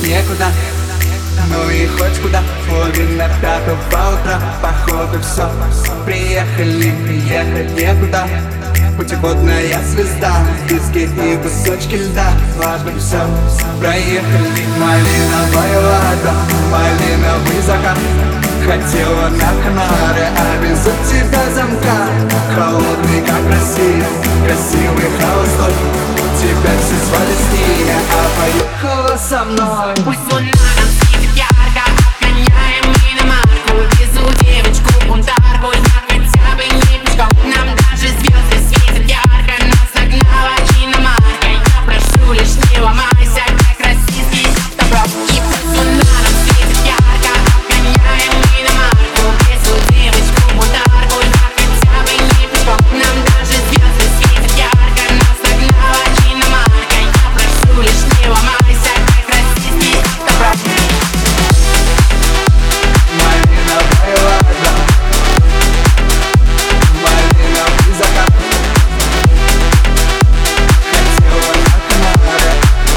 некуда, ну и хоть куда. Половина пятого утра, походу все. Приехали, приехать некуда. Путеводная звезда, диски и кусочки льда. Важно все, проехали. Малиновая вода, малиновый закат. Хотела на Канары, а без у тебя замка. Холодный, как Россия, красивый холостой. Тебя все звали с ней, а поехала со мной. Пусть луна светит ярко, обгоняем иномарку. Везу девочку бунтарку, я хотя бы не пешком. Нам даже звезды светят ярко, нас нагнала иномарка. Я прошу, лишь не ломайся, как российский автопром. И пусть луна светит ярко, обгоняем иномарку. Везу девочку бунтарку, я хотя бы не пешком. Нам даже звезды светят ярко, нас нагнала иномарка. Я прошу, лишь не ломайся, как российский автопром. Малиновая вода, малиновый закат. Хотела на Канары,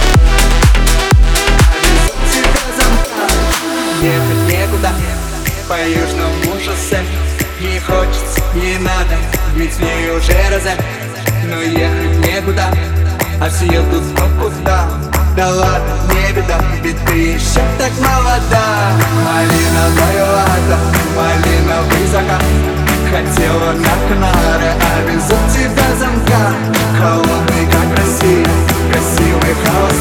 а без тебя замка. Ехать некуда, по южному шоссе. Не хочется, не надо, ведь мне уже розе. Но ехать некуда, а все едут куда. Да ладно, не беда, ведь ты еще так молода. Малиновая вода, малиновый закат. Хотела на Канары, а без у тебя замка. Холодный, как Россия, красивый холостой.